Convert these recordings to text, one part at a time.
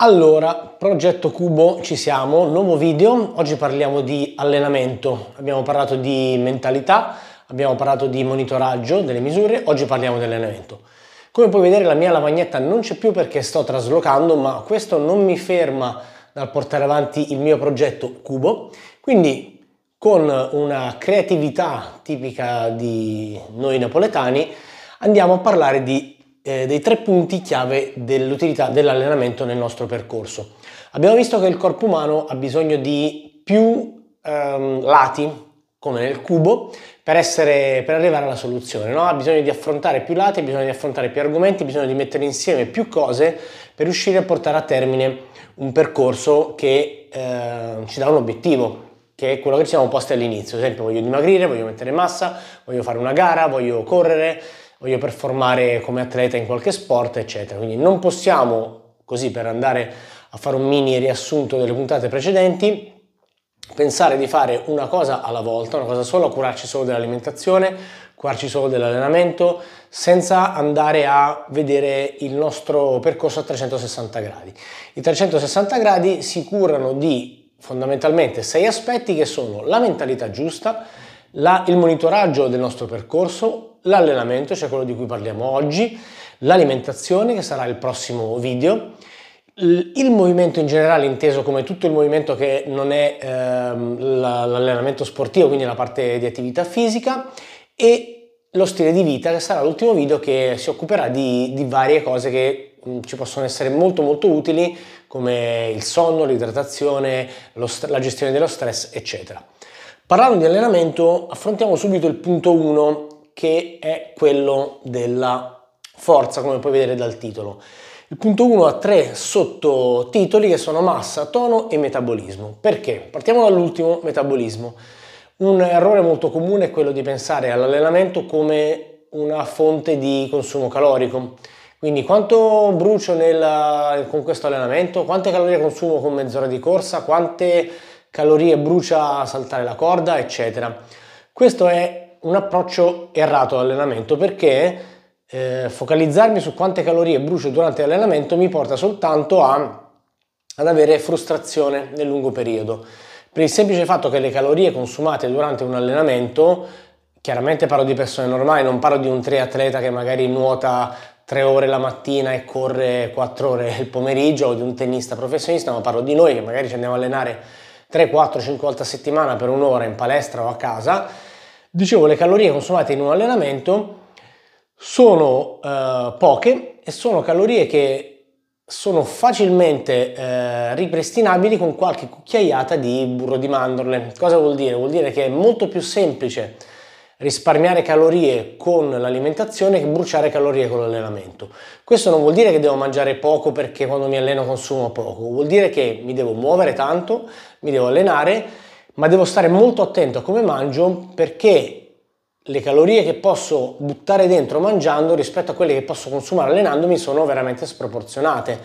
Allora, progetto Cubo, ci siamo, nuovo video. Oggi parliamo di allenamento, abbiamo parlato di mentalità, abbiamo parlato di monitoraggio delle misure, oggi parliamo di allenamento. Come puoi vedere la mia lavagnetta non c'è più perché sto traslocando, ma questo non mi ferma dal portare avanti il mio progetto Cubo, quindi con una creatività tipica di noi napoletani andiamo a parlare dei 3 punti chiave dell'utilità dell'allenamento nel nostro percorso. Abbiamo visto che il corpo umano ha bisogno di più lati, come nel cubo, per arrivare alla soluzione, no? Ha bisogno di affrontare più lati, ha bisogno di affrontare più argomenti, ha bisogno di mettere insieme più cose per riuscire a portare a termine un percorso che ci dà un obiettivo, che è quello che ci siamo posti all'inizio. Ad esempio, voglio dimagrire, voglio mettere massa, voglio fare una gara, voglio correre, voglio performare come atleta in qualche sport, eccetera. Quindi non possiamo, così per andare a fare un mini riassunto delle puntate precedenti, pensare di fare una cosa alla volta, una cosa sola, curarci solo dell'alimentazione, curarci solo dell'allenamento, senza andare a vedere il nostro percorso a 360 gradi. I 360 gradi si curano di fondamentalmente 6 aspetti che sono la mentalità giusta, il monitoraggio del nostro percorso, l'allenamento, cioè quello di cui parliamo oggi, l'alimentazione, che sarà il prossimo video, il movimento in generale, inteso come tutto il movimento che non è l'allenamento sportivo, quindi la parte di attività fisica, e lo stile di vita, che sarà l'ultimo video che si occuperà di varie cose che ci possono essere molto utili, come il sonno, l'idratazione, la gestione dello stress, eccetera. Parlando di allenamento, affrontiamo subito il punto 1, che è quello della forza, come puoi vedere dal titolo. Il punto 1 ha 3 sottotitoli che sono massa, tono e metabolismo. Perché? Partiamo dall'ultimo, metabolismo. Un errore molto comune è quello di pensare all'allenamento come una fonte di consumo calorico. Quindi quanto brucio con questo allenamento, quante calorie consumo con mezz'ora di corsa, quante calorie brucia a saltare la corda, eccetera. Questo è un approccio errato all'allenamento, perché focalizzarmi su quante calorie brucio durante l'allenamento mi porta soltanto ad avere frustrazione nel lungo periodo, per il semplice fatto che le calorie consumate durante un allenamento, chiaramente parlo di persone normali, non parlo di un triatleta che magari nuota 3 ore la mattina e corre 4 ore il pomeriggio, o di un tennista professionista, ma parlo di noi che magari ci andiamo a allenare 3, 4, 5 volte a settimana per un'ora in palestra o a casa. Dicevo, le calorie consumate in un allenamento sono poche e sono calorie che sono facilmente ripristinabili con qualche cucchiaiata di burro di mandorle. Cosa vuol dire? Vuol dire che è molto più semplice risparmiare calorie con l'alimentazione che bruciare calorie con l'allenamento. Questo non vuol dire che devo mangiare poco perché quando mi alleno consumo poco, vuol dire che mi devo muovere tanto, mi devo allenare, ma devo stare molto attento a come mangio, perché le calorie che posso buttare dentro mangiando rispetto a quelle che posso consumare allenandomi sono veramente sproporzionate.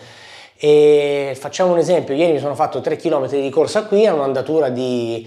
E facciamo un esempio: ieri mi sono fatto 3 km di corsa qui a un'andatura di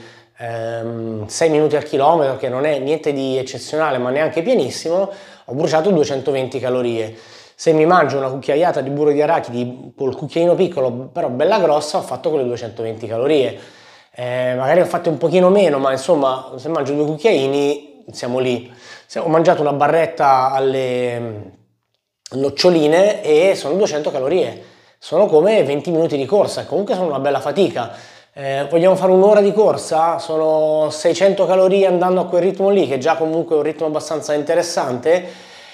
6 minuti al chilometro, che non è niente di eccezionale ma neanche pienissimo. Ho bruciato 220 calorie. Se mi mangio una cucchiaiata di burro di arachidi col cucchiaino piccolo però bella grossa, ho fatto quelle 220 calorie. Magari ho fatto un pochino meno, ma insomma, se mangio 2 cucchiaini siamo lì. Ho mangiato una barretta alle noccioline e sono 200 calorie, sono come 20 minuti di corsa, comunque sono una bella fatica. Vogliamo fare un'ora di corsa? Sono 600 calorie andando a quel ritmo lì, che già comunque è un ritmo abbastanza interessante.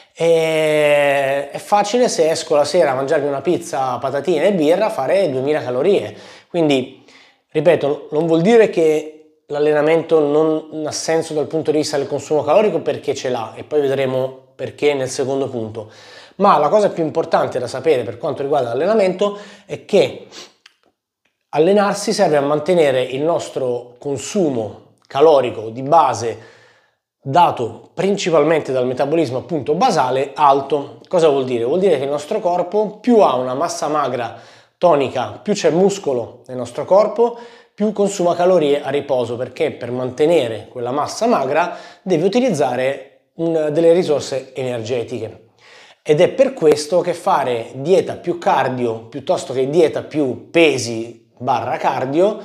È facile, se esco la sera a mangiarmi una pizza, patatine e birra, fare 2000 calorie. Quindi, ripeto, non vuol dire che l'allenamento non ha senso dal punto di vista del consumo calorico, perché ce l'ha, e poi vedremo perché nel secondo punto. Ma la cosa più importante da sapere per quanto riguarda l'allenamento è che allenarsi serve a mantenere il nostro consumo calorico di base, dato principalmente dal metabolismo appunto basale, alto. Cosa vuol dire? Vuol dire che il nostro corpo più ha una massa magra tonica, più c'è muscolo nel nostro corpo, più consuma calorie a riposo, perché per mantenere quella massa magra deve utilizzare delle risorse energetiche. ed è per questo che fare dieta più cardio piuttosto che dieta più pesi barra cardio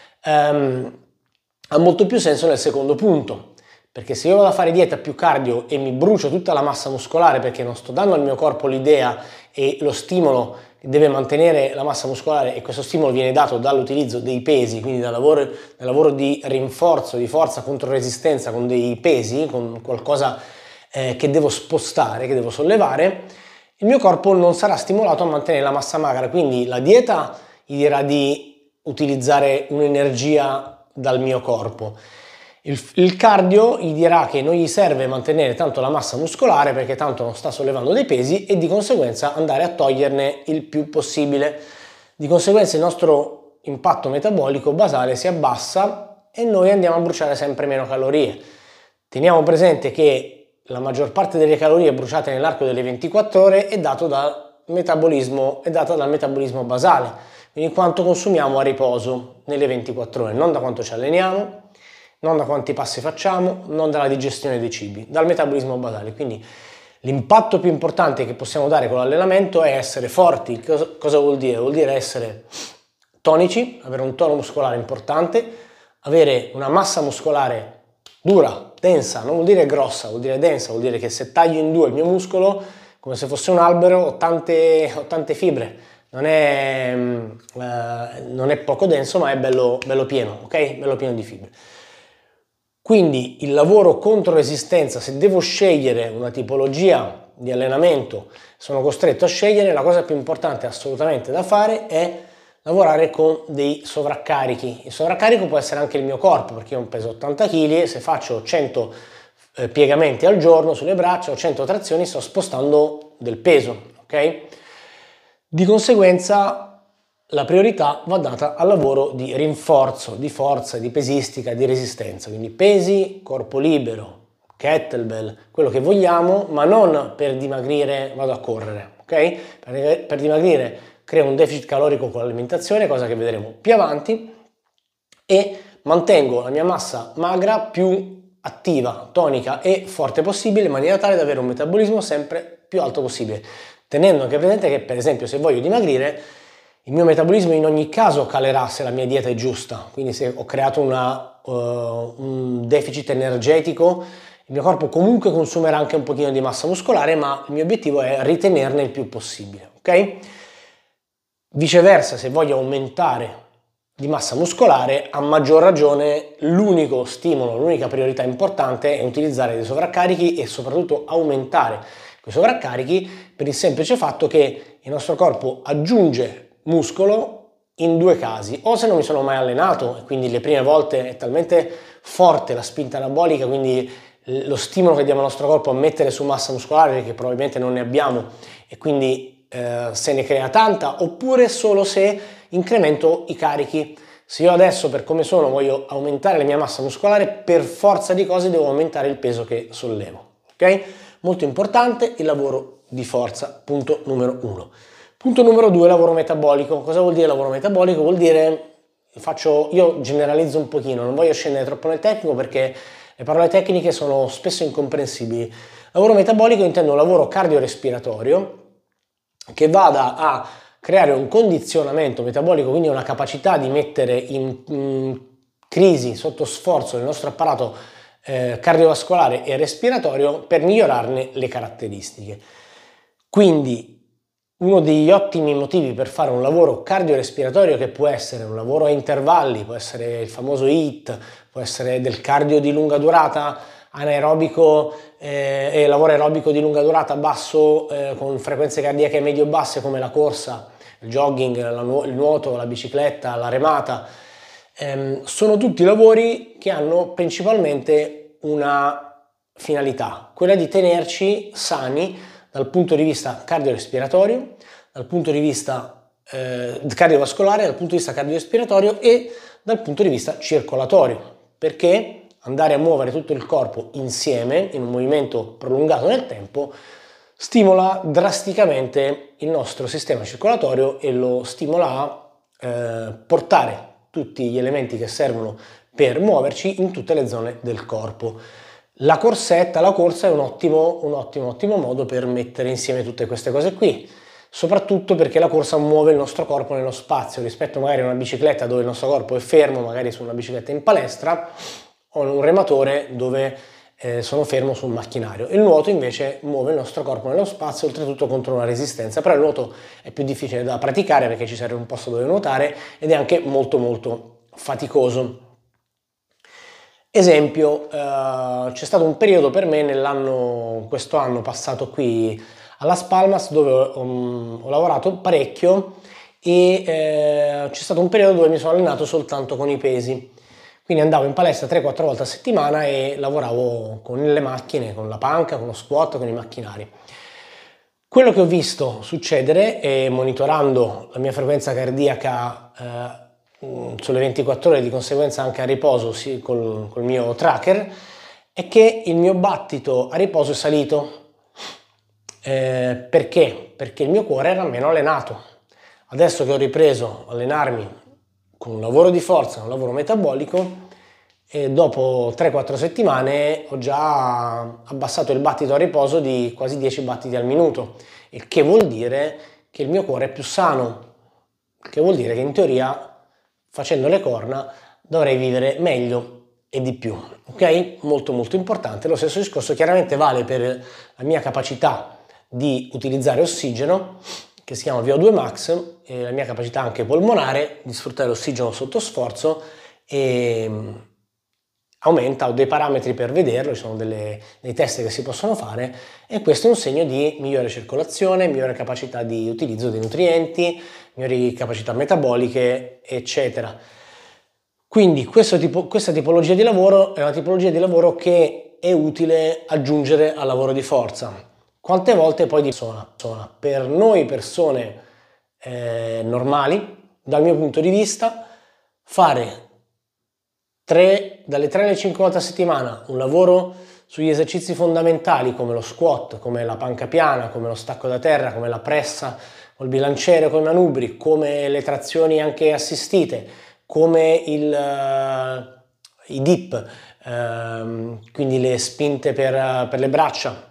ha molto più senso nel secondo punto, perché se io vado a fare dieta più cardio e mi brucio tutta la massa muscolare perché non sto dando al mio corpo l'idea e lo stimolo che deve mantenere la massa muscolare, e questo stimolo viene dato dall'utilizzo dei pesi, quindi dal lavoro di rinforzo, di forza contro resistenza con dei pesi, con qualcosa che devo spostare, che devo sollevare, il mio corpo non sarà stimolato a mantenere la massa magra, quindi la dieta gli dirà di utilizzare un'energia dal mio corpo. Il cardio gli dirà che non gli serve mantenere tanto la massa muscolare perché tanto non sta sollevando dei pesi e di conseguenza andare a toglierne il più possibile. Di conseguenza il nostro impatto metabolico basale si abbassa e noi andiamo a bruciare sempre meno calorie. Teniamo presente che la maggior parte delle calorie bruciate nell'arco delle 24 ore è data dal metabolismo basale, quindi quanto consumiamo a riposo nelle 24 ore, non da quanto ci alleniamo, non da quanti passi facciamo, non dalla digestione dei cibi, dal metabolismo basale. Quindi l'impatto più importante che possiamo dare con l'allenamento è essere forti. Cosa vuol dire? Vuol dire essere tonici, avere un tono muscolare importante, avere una massa muscolare dura, densa, non vuol dire grossa, vuol dire densa, vuol dire che se taglio in due il mio muscolo, come se fosse un albero, ho tante fibre, non è poco denso, ma è bello pieno, ok? Bello pieno di fibre. Quindi il lavoro contro resistenza, se devo scegliere una tipologia di allenamento, sono costretto a scegliere, la cosa più importante assolutamente da fare è lavorare con dei sovraccarichi. Il sovraccarico può essere anche il mio corpo, perché io peso 80 kg e se faccio 100 piegamenti al giorno sulle braccia o 100 trazioni sto spostando del peso, ok? Di conseguenza la priorità va data al lavoro di rinforzo, di forza, di pesistica, di resistenza, quindi pesi, corpo libero, kettlebell, quello che vogliamo, ma non per dimagrire vado a correre, ok? Per dimagrire creo un deficit calorico con l'alimentazione, cosa che vedremo più avanti, e mantengo la mia massa magra più attiva, tonica e forte possibile in maniera tale da avere un metabolismo sempre più alto possibile, tenendo anche presente che per esempio se voglio dimagrire il mio metabolismo in ogni caso calerà se la mia dieta è giusta, quindi se ho creato un deficit energetico, il mio corpo comunque consumerà anche un pochino di massa muscolare, ma il mio obiettivo è ritenerne il più possibile, ok? Viceversa, se voglio aumentare di massa muscolare, a maggior ragione l'unico stimolo, l'unica priorità importante è utilizzare dei sovraccarichi e soprattutto aumentare quei sovraccarichi per il semplice fatto che il nostro corpo aggiunge muscolo in due casi: o se non mi sono mai allenato e quindi le prime volte è talmente forte la spinta anabolica, quindi lo stimolo che diamo al nostro corpo a mettere su massa muscolare che probabilmente non ne abbiamo e quindi se ne crea tanta, oppure solo se incremento i carichi. Se io adesso per come sono voglio aumentare la mia massa muscolare, per forza di cose devo aumentare il peso che sollevo, ok? Molto importante il lavoro di forza, punto numero 1. Punto numero 2, lavoro metabolico. Cosa vuol dire lavoro metabolico? Vuol dire, io generalizzo un pochino, non voglio scendere troppo nel tecnico perché le parole tecniche sono spesso incomprensibili. Lavoro metabolico intendo un lavoro cardiorespiratorio che vada a creare un condizionamento metabolico, quindi una capacità di mettere in crisi, sotto sforzo il nostro apparato cardiovascolare e respiratorio per migliorarne le caratteristiche. Quindi uno degli ottimi motivi per fare un lavoro cardiorespiratorio, che può essere un lavoro a intervalli, può essere il famoso HIIT, può essere del cardio di lunga durata, anaerobico e lavoro aerobico di lunga durata basso con frequenze cardiache medio-basse come la corsa, il jogging, il nuoto, la bicicletta, la remata, sono tutti lavori che hanno principalmente una finalità, quella di tenerci sani dal punto di vista cardiorespiratorio, dal punto di vista cardiovascolare, dal punto di vista cardiorespiratorio e dal punto di vista circolatorio, perché andare a muovere tutto il corpo insieme in un movimento prolungato nel tempo stimola drasticamente il nostro sistema circolatorio e lo stimola a portare tutti gli elementi che servono per muoverci in tutte le zone del corpo. La corsetta, la corsa è un ottimo modo per mettere insieme tutte queste cose qui, soprattutto perché la corsa muove il nostro corpo nello spazio rispetto magari a una bicicletta dove il nostro corpo è fermo, magari su una bicicletta in palestra, o un rematore dove sono fermo su un macchinario. Il nuoto invece muove il nostro corpo nello spazio, oltretutto contro una resistenza, però il nuoto è più difficile da praticare perché ci serve un posto dove nuotare ed è anche molto faticoso. Esempio, c'è stato un periodo per me questo anno passato qui a Las Palmas dove ho lavorato parecchio e c'è stato un periodo dove mi sono allenato soltanto con i pesi. Quindi andavo in palestra 3-4 volte a settimana e lavoravo con le macchine, con la panca, con lo squat, con i macchinari. Quello che ho visto succedere, e monitorando la mia frequenza cardiaca sulle 24 ore, di conseguenza anche a riposo sì, col mio tracker, è che il mio battito a riposo è salito. Perché? Perché il mio cuore era meno allenato. Adesso che ho ripreso a allenarmi con un lavoro di forza, un lavoro metabolico, e dopo 3-4 settimane ho già abbassato il battito a riposo di quasi 10 battiti al minuto, il che vuol dire che il mio cuore è più sano, il che vuol dire che in teoria facendo le corna dovrei vivere meglio e di più, ok? Molto importante. Lo stesso discorso chiaramente vale per la mia capacità di utilizzare ossigeno, che si chiama VO2 max, e la mia capacità anche polmonare di sfruttare l'ossigeno sotto sforzo e aumenta, ho dei parametri per vederlo, ci sono dei test che si possono fare e questo è un segno di migliore circolazione, migliore capacità di utilizzo dei nutrienti, migliori capacità metaboliche, eccetera. Quindi questa tipologia di lavoro è una tipologia di lavoro che è utile aggiungere al lavoro di forza. Quante volte poi per noi persone normali, dal mio punto di vista, fare dalle 3 alle 5 volte a settimana un lavoro sugli esercizi fondamentali come lo squat, come la panca piana, come lo stacco da terra, come la pressa col bilanciere, come i manubri, come le trazioni anche assistite, come i dip, quindi le spinte per le braccia,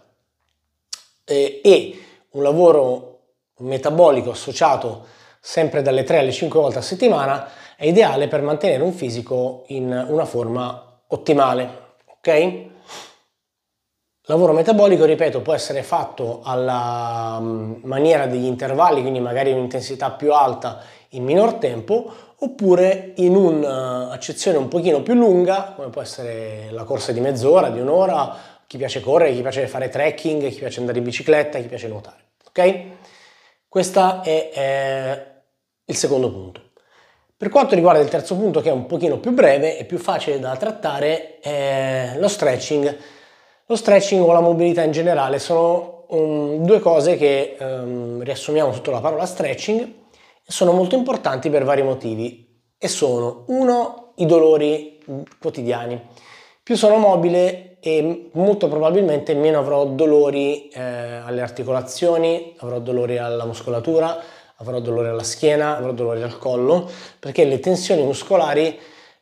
e un lavoro metabolico associato sempre dalle 3 alle 5 volte a settimana è ideale per mantenere un fisico in una forma ottimale, ok? Lavoro metabolico, ripeto, può essere fatto alla maniera degli intervalli, quindi magari un'intensità più alta in minor tempo, oppure in un'accezione un pochino più lunga, come può essere la corsa di mezz'ora, di un'ora, chi piace correre, chi piace fare trekking, chi piace andare in bicicletta, chi piace nuotare, ok? Questo è il secondo punto. Per quanto riguarda il terzo punto, che è un pochino più breve e più facile da trattare, è lo stretching. Lo stretching o la mobilità in generale sono due cose che riassumiamo sotto la parola stretching e sono molto importanti per vari motivi e sono, uno, i dolori quotidiani. Più sono mobile e molto probabilmente meno avrò dolori alle articolazioni, avrò dolori alla muscolatura, avrò dolore alla schiena, avrò dolore al collo, perché le tensioni muscolari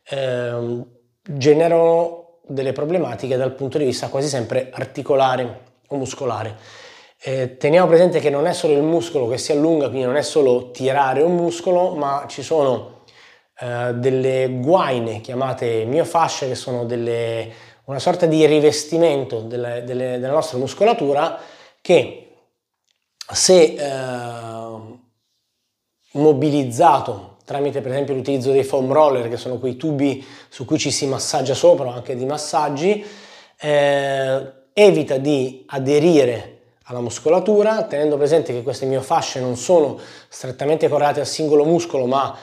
generano delle problematiche dal punto di vista quasi sempre articolare o muscolare. Teniamo presente che non è solo il muscolo che si allunga, quindi non è solo tirare un muscolo, ma ci sono delle guaine chiamate miofasce, che sono una sorta di rivestimento della nostra muscolatura che, se mobilizzato tramite per esempio l'utilizzo dei foam roller, che sono quei tubi su cui ci si massaggia sopra o anche di massaggi, evita di aderire alla muscolatura, tenendo presente che queste miofasce non sono strettamente correlate al singolo muscolo, ma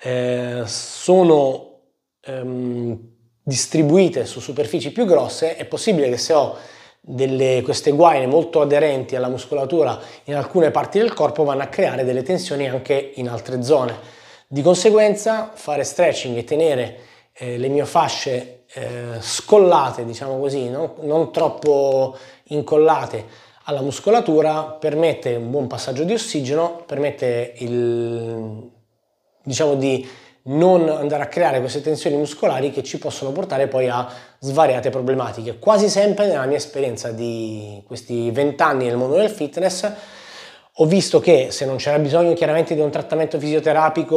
sono distribuite su superfici più grosse. È possibile che se ho queste guaine molto aderenti alla muscolatura in alcune parti del corpo vanno a creare delle tensioni anche in altre zone. Di conseguenza fare stretching e tenere le miofasce scollate, diciamo così, non troppo incollate alla muscolatura, permette un buon passaggio di ossigeno, permette diciamo di non andare a creare queste tensioni muscolari che ci possono portare poi a svariate problematiche. Quasi sempre nella mia esperienza di questi 20 anni nel mondo del fitness ho visto che se non c'era bisogno chiaramente di un trattamento fisioterapico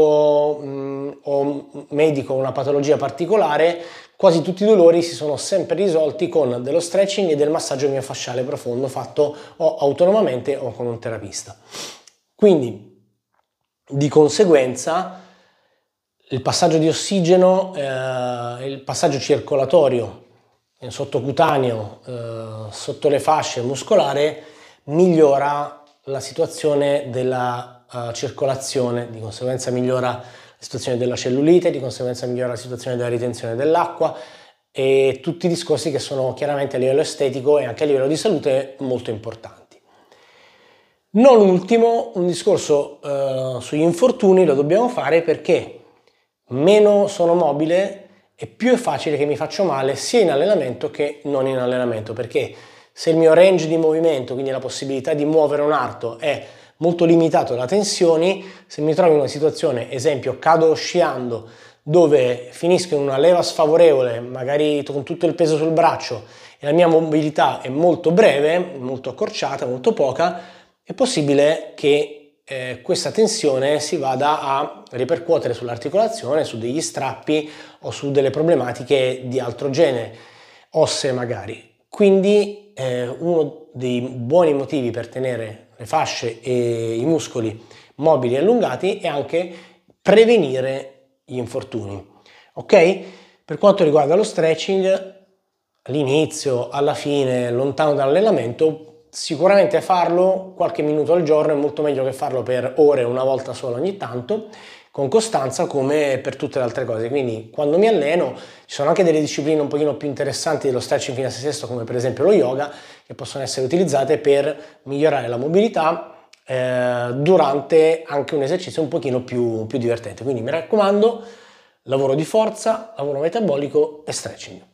o medico o una patologia particolare, quasi tutti i dolori si sono sempre risolti con dello stretching e del massaggio miofasciale profondo fatto o autonomamente o con un terapista. Quindi, di conseguenza, il passaggio di ossigeno, il passaggio circolatorio sottocutaneo, sotto le fasce muscolare, migliora la situazione della circolazione, di conseguenza migliora la situazione della cellulite, di conseguenza migliora la situazione della ritenzione dell'acqua e tutti i discorsi che sono chiaramente a livello estetico e anche a livello di salute molto importanti. Non ultimo, un discorso sugli infortuni lo dobbiamo fare perché meno sono mobile e più è facile che mi faccio male sia in allenamento che non in allenamento, perché se il mio range di movimento, quindi la possibilità di muovere un arto, è molto limitato da tensioni, se mi trovo in una situazione, esempio, cado sciando, dove finisco in una leva sfavorevole, magari con tutto il peso sul braccio, e la mia mobilità è molto breve, molto accorciata, molto poca, è possibile che questa tensione si vada a ripercuotere sull'articolazione, su degli strappi o su delle problematiche di altro genere, ossee magari. Quindi uno dei buoni motivi per tenere le fasce e i muscoli mobili e allungati è anche prevenire gli infortuni. Ok? Per quanto riguarda lo stretching, all'inizio, alla fine, lontano dall'allenamento, sicuramente farlo qualche minuto al giorno è molto meglio che farlo per ore una volta sola ogni tanto, con costanza come per tutte le altre cose. Quindi quando mi alleno ci sono anche delle discipline un pochino più interessanti dello stretching fino a se stesso, come per esempio lo yoga, che possono essere utilizzate per migliorare la mobilità durante anche un esercizio un pochino più divertente. Quindi mi raccomando, lavoro di forza, lavoro metabolico e stretching.